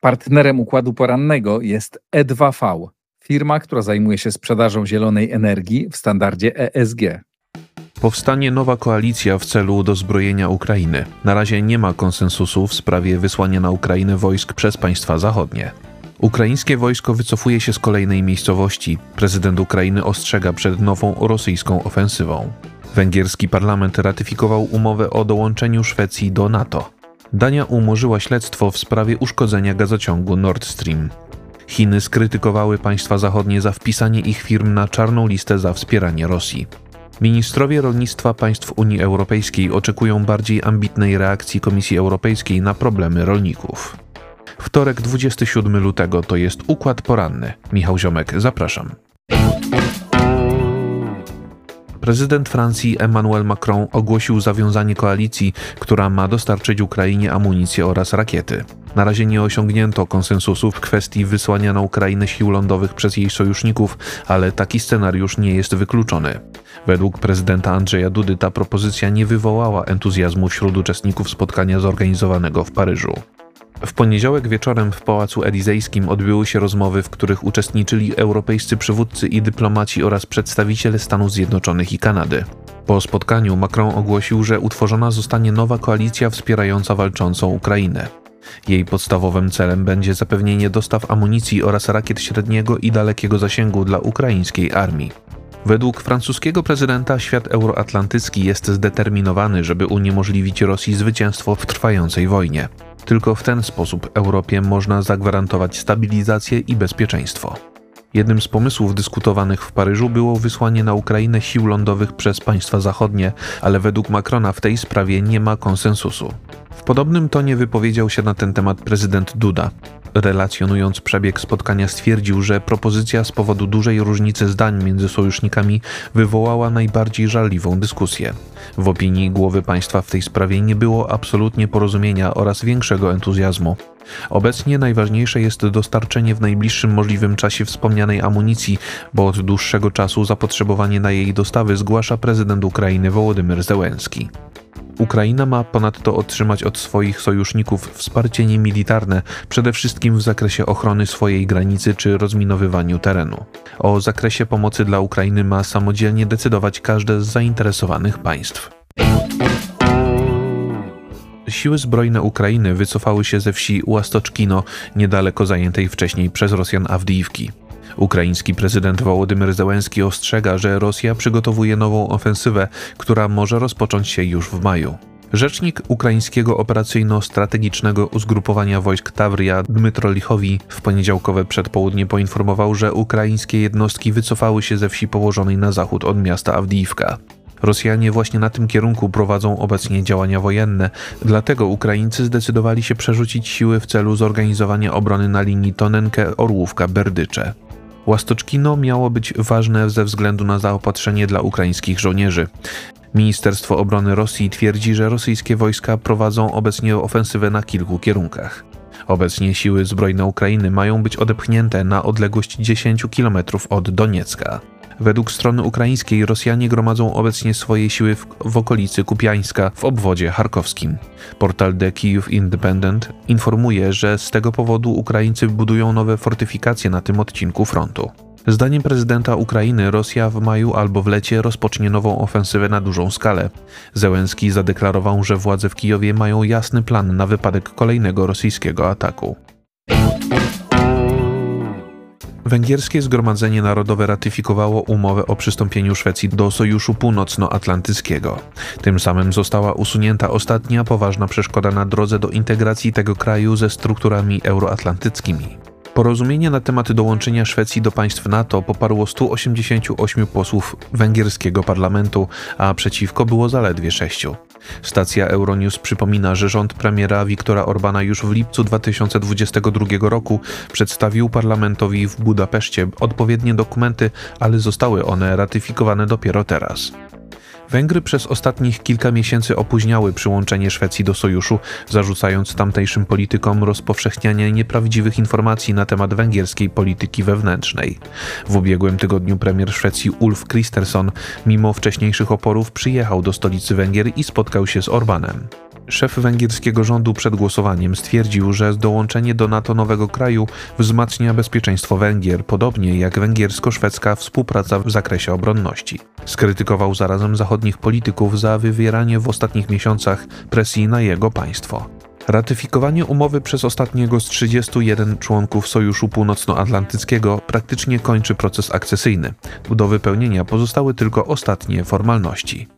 Partnerem układu porannego jest E2V, firma, która zajmuje się sprzedażą zielonej energii w standardzie ESG. Powstanie nowa koalicja w celu dozbrojenia Ukrainy. Na razie nie ma konsensusu w sprawie wysłania na Ukrainę wojsk przez państwa zachodnie. Ukraińskie wojsko wycofuje się z kolejnej miejscowości. Prezydent Ukrainy ostrzega przed nową rosyjską ofensywą. Węgierski parlament ratyfikował umowę o dołączeniu Szwecji do NATO. Dania umorzyła śledztwo w sprawie uszkodzenia gazociągu Nord Stream. Chiny skrytykowały państwa zachodnie za wpisanie ich firm na czarną listę za wspieranie Rosji. Ministrowie rolnictwa państw Unii Europejskiej oczekują bardziej ambitnej reakcji Komisji Europejskiej na problemy rolników. Wtorek 27 lutego to jest Układ Poranny. Michał Ziomek, zapraszam. Prezydent Francji Emmanuel Macron ogłosił zawiązanie koalicji, która ma dostarczyć Ukrainie amunicję oraz rakiety. Na razie nie osiągnięto konsensusu w kwestii wysłania na Ukrainę sił lądowych przez jej sojuszników, ale taki scenariusz nie jest wykluczony. Według prezydenta Andrzeja Dudy ta propozycja nie wywołała entuzjazmu wśród uczestników spotkania zorganizowanego w Paryżu. W poniedziałek wieczorem w Pałacu Elizejskim odbyły się rozmowy, w których uczestniczyli europejscy przywódcy i dyplomaci oraz przedstawiciele Stanów Zjednoczonych i Kanady. Po spotkaniu Macron ogłosił, że utworzona zostanie nowa koalicja wspierająca walczącą Ukrainę. Jej podstawowym celem będzie zapewnienie dostaw amunicji oraz rakiet średniego i dalekiego zasięgu dla ukraińskiej armii. Według francuskiego prezydenta świat euroatlantycki jest zdeterminowany, żeby uniemożliwić Rosji zwycięstwo w trwającej wojnie. Tylko w ten sposób Europie można zagwarantować stabilizację i bezpieczeństwo. Jednym z pomysłów dyskutowanych w Paryżu było wysłanie na Ukrainę sił lądowych przez państwa zachodnie, ale według Macrona w tej sprawie nie ma konsensusu. W podobnym tonie wypowiedział się na ten temat prezydent Duda. Relacjonując przebieg spotkania stwierdził, że propozycja z powodu dużej różnicy zdań między sojusznikami wywołała najbardziej żarliwą dyskusję. W opinii głowy państwa w tej sprawie nie było absolutnie porozumienia oraz większego entuzjazmu. Obecnie najważniejsze jest dostarczenie w najbliższym możliwym czasie wspomnianej amunicji, bo od dłuższego czasu zapotrzebowanie na jej dostawy zgłasza prezydent Ukrainy Wołodymyr Zełenski. Ukraina ma ponadto otrzymać od swoich sojuszników wsparcie niemilitarne, przede wszystkim w zakresie ochrony swojej granicy czy rozminowywaniu terenu. O zakresie pomocy dla Ukrainy ma samodzielnie decydować każde z zainteresowanych państw. Siły zbrojne Ukrainy wycofały się ze wsi Łastoczkino, niedaleko zajętej wcześniej przez Rosjan Awdijiwki. Ukraiński prezydent Wołodymyr Zełenski ostrzega, że Rosja przygotowuje nową ofensywę, która może rozpocząć się już w maju. Rzecznik ukraińskiego operacyjno-strategicznego ugrupowania wojsk Tawria Dmytro Lichowi w poniedziałkowe przedpołudnie poinformował, że ukraińskie jednostki wycofały się ze wsi położonej na zachód od miasta Awdijiwka. Rosjanie właśnie na tym kierunku prowadzą obecnie działania wojenne, dlatego Ukraińcy zdecydowali się przerzucić siły w celu zorganizowania obrony na linii Tonenke-Orłówka-Berdycze. Łastoczkino miało być ważne ze względu na zaopatrzenie dla ukraińskich żołnierzy. Ministerstwo Obrony Rosji twierdzi, że rosyjskie wojska prowadzą obecnie ofensywę na kilku kierunkach. Obecnie siły zbrojne Ukrainy mają być odepchnięte na odległość 10 km od Doniecka. Według strony ukraińskiej Rosjanie gromadzą obecnie swoje siły w okolicy Kupiańska w obwodzie charkowskim. Portal The Kyiv Independent informuje, że z tego powodu Ukraińcy budują nowe fortyfikacje na tym odcinku frontu. Zdaniem prezydenta Ukrainy Rosja w maju albo w lecie rozpocznie nową ofensywę na dużą skalę. Zełenski zadeklarował, że władze w Kijowie mają jasny plan na wypadek kolejnego rosyjskiego ataku. Węgierskie Zgromadzenie Narodowe ratyfikowało umowę o przystąpieniu Szwecji do Sojuszu Północnoatlantyckiego. Tym samym została usunięta ostatnia poważna przeszkoda na drodze do integracji tego kraju ze strukturami euroatlantyckimi. Porozumienie na temat dołączenia Szwecji do państw NATO poparło 188 posłów węgierskiego parlamentu, a przeciwko było zaledwie 6. Stacja Euronews przypomina, że rząd premiera Viktora Orbana już w lipcu 2022 roku przedstawił parlamentowi w Budapeszcie odpowiednie dokumenty, ale zostały one ratyfikowane dopiero teraz. Węgry przez ostatnich kilka miesięcy opóźniały przyłączenie Szwecji do sojuszu, zarzucając tamtejszym politykom rozpowszechnianie nieprawdziwych informacji na temat węgierskiej polityki wewnętrznej. W ubiegłym tygodniu premier Szwecji Ulf Kristersson, mimo wcześniejszych oporów, przyjechał do stolicy Węgier i spotkał się z Orbanem. Szef węgierskiego rządu przed głosowaniem stwierdził, że dołączenie do NATO nowego kraju wzmacnia bezpieczeństwo Węgier, podobnie jak węgiersko-szwedzka współpraca w zakresie obronności. Skrytykował zarazem zachodnich polityków za wywieranie w ostatnich miesiącach presji na jego państwo. Ratyfikowanie umowy przez ostatniego z 31 członków Sojuszu Północnoatlantyckiego praktycznie kończy proces akcesyjny. Do wypełnienia pozostały tylko ostatnie formalności.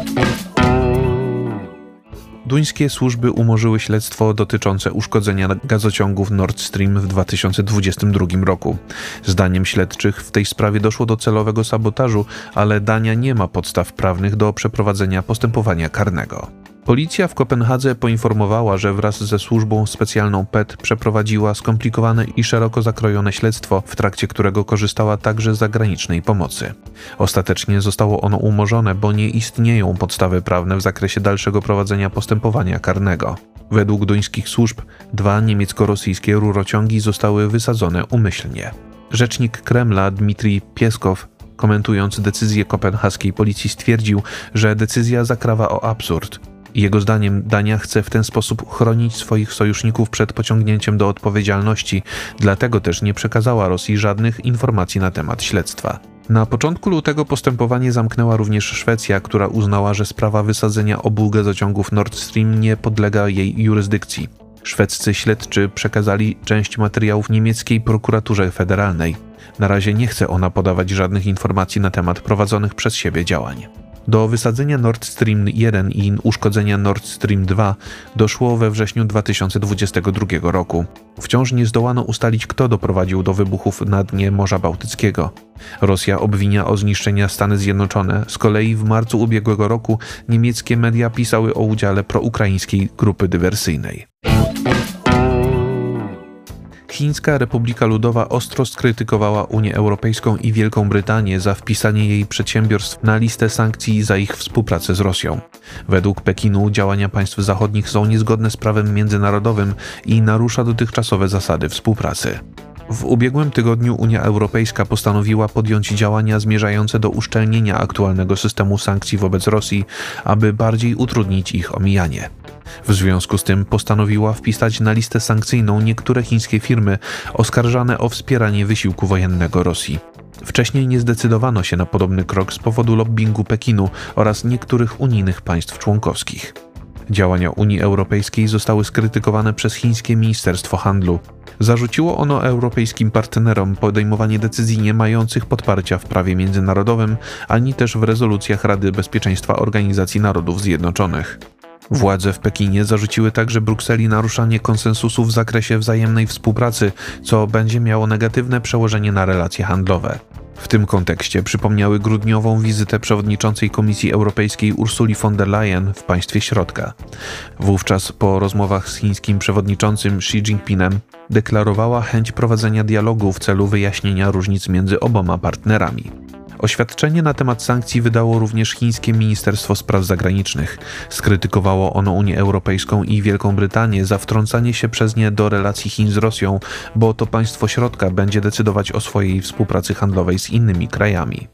Duńskie służby umorzyły śledztwo dotyczące uszkodzenia gazociągów Nord Stream w 2022 roku. Zdaniem śledczych w tej sprawie doszło do celowego sabotażu, ale Dania nie ma podstaw prawnych do przeprowadzenia postępowania karnego. Policja w Kopenhadze poinformowała, że wraz ze służbą specjalną PET przeprowadziła skomplikowane i szeroko zakrojone śledztwo, w trakcie którego korzystała także z zagranicznej pomocy. Ostatecznie zostało ono umorzone, bo nie istnieją podstawy prawne w zakresie dalszego prowadzenia postępowania karnego. Według duńskich służb 2 niemiecko-rosyjskie rurociągi zostały wysadzone umyślnie. Rzecznik Kremla Dmitrij Pieskow, komentując decyzję kopenhaskiej policji, stwierdził, że decyzja zakrawa o absurd. Jego zdaniem Dania chce w ten sposób chronić swoich sojuszników przed pociągnięciem do odpowiedzialności, dlatego też nie przekazała Rosji żadnych informacji na temat śledztwa. Na początku lutego postępowanie zamknęła również Szwecja, która uznała, że sprawa wysadzenia obu gazociągów Nord Stream nie podlega jej jurysdykcji. Szwedzcy śledczy przekazali część materiałów niemieckiej prokuraturze federalnej. Na razie nie chce ona podawać żadnych informacji na temat prowadzonych przez siebie działań. Do wysadzenia Nord Stream 1 i uszkodzenia Nord Stream 2 doszło we wrześniu 2022 roku. Wciąż nie zdołano ustalić, kto doprowadził do wybuchów na dnie Morza Bałtyckiego. Rosja obwinia o zniszczenia Stany Zjednoczone. Z kolei w marcu ubiegłego roku niemieckie media pisały o udziale proukraińskiej grupy dywersyjnej. Chińska Republika Ludowa ostro skrytykowała Unię Europejską i Wielką Brytanię za wpisanie jej przedsiębiorstw na listę sankcji za ich współpracę z Rosją. Według Pekinu działania państw zachodnich są niezgodne z prawem międzynarodowym i narusza dotychczasowe zasady współpracy. W ubiegłym tygodniu Unia Europejska postanowiła podjąć działania zmierzające do uszczelnienia aktualnego systemu sankcji wobec Rosji, aby bardziej utrudnić ich omijanie. W związku z tym postanowiła wpisać na listę sankcyjną niektóre chińskie firmy oskarżane o wspieranie wysiłku wojennego Rosji. Wcześniej nie zdecydowano się na podobny krok z powodu lobbingu Pekinu oraz niektórych unijnych państw członkowskich. Działania Unii Europejskiej zostały skrytykowane przez chińskie Ministerstwo Handlu. Zarzuciło ono europejskim partnerom podejmowanie decyzji nie mających podparcia w prawie międzynarodowym, ani też w rezolucjach Rady Bezpieczeństwa Organizacji Narodów Zjednoczonych. Władze w Pekinie zarzuciły także Brukseli naruszanie konsensusu w zakresie wzajemnej współpracy, co będzie miało negatywne przełożenie na relacje handlowe. W tym kontekście przypomniały grudniową wizytę przewodniczącej Komisji Europejskiej Ursuli von der Leyen w państwie środka. Wówczas po rozmowach z chińskim przewodniczącym Xi Jinpingem deklarowała chęć prowadzenia dialogu w celu wyjaśnienia różnic między oboma partnerami. Oświadczenie na temat sankcji wydało również chińskie Ministerstwo Spraw Zagranicznych. Skrytykowało ono Unię Europejską i Wielką Brytanię za wtrącanie się przez nie do relacji Chin z Rosją, bo to państwo środka będzie decydować o swojej współpracy handlowej z innymi krajami.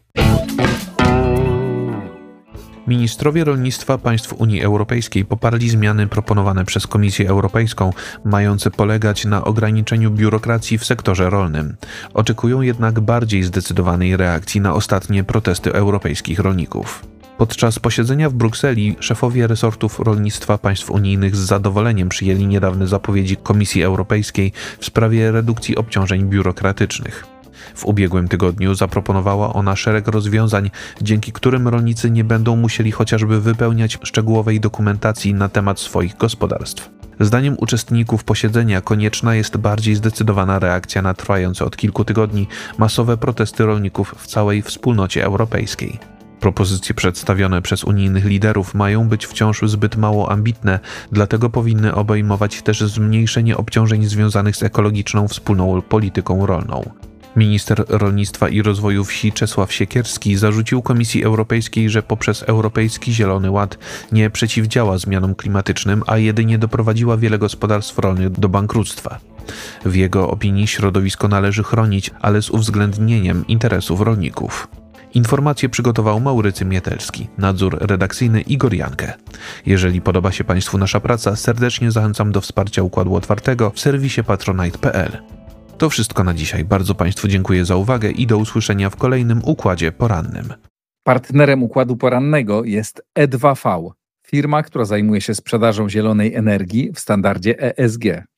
Ministrowie rolnictwa państw Unii Europejskiej poparli zmiany proponowane przez Komisję Europejską, mające polegać na ograniczeniu biurokracji w sektorze rolnym. Oczekują jednak bardziej zdecydowanej reakcji na ostatnie protesty europejskich rolników. Podczas posiedzenia w Brukseli szefowie resortów rolnictwa państw unijnych z zadowoleniem przyjęli niedawne zapowiedzi Komisji Europejskiej w sprawie redukcji obciążeń biurokratycznych. W ubiegłym tygodniu zaproponowała ona szereg rozwiązań, dzięki którym rolnicy nie będą musieli chociażby wypełniać szczegółowej dokumentacji na temat swoich gospodarstw. Zdaniem uczestników posiedzenia konieczna jest bardziej zdecydowana reakcja na trwające od kilku tygodni masowe protesty rolników w całej wspólnocie europejskiej. Propozycje przedstawione przez unijnych liderów mają być wciąż zbyt mało ambitne, dlatego powinny obejmować też zmniejszenie obciążeń związanych z ekologiczną wspólną polityką rolną. Minister Rolnictwa i Rozwoju Wsi Czesław Siekierski zarzucił Komisji Europejskiej, że poprzez Europejski Zielony Ład nie przeciwdziała zmianom klimatycznym, a jedynie doprowadziła wiele gospodarstw rolnych do bankructwa. W jego opinii środowisko należy chronić, ale z uwzględnieniem interesów rolników. Informacje przygotował Maurycy Mietelski, nadzór redakcyjny Igor Jankę. Jeżeli podoba się Państwu nasza praca, serdecznie zachęcam do wsparcia Układu Otwartego w serwisie patronite.pl. To wszystko na dzisiaj. Bardzo Państwu dziękuję za uwagę i do usłyszenia w kolejnym Układzie Porannym. Partnerem Układu Porannego jest E2V, firma, która zajmuje się sprzedażą zielonej energii w standardzie ESG.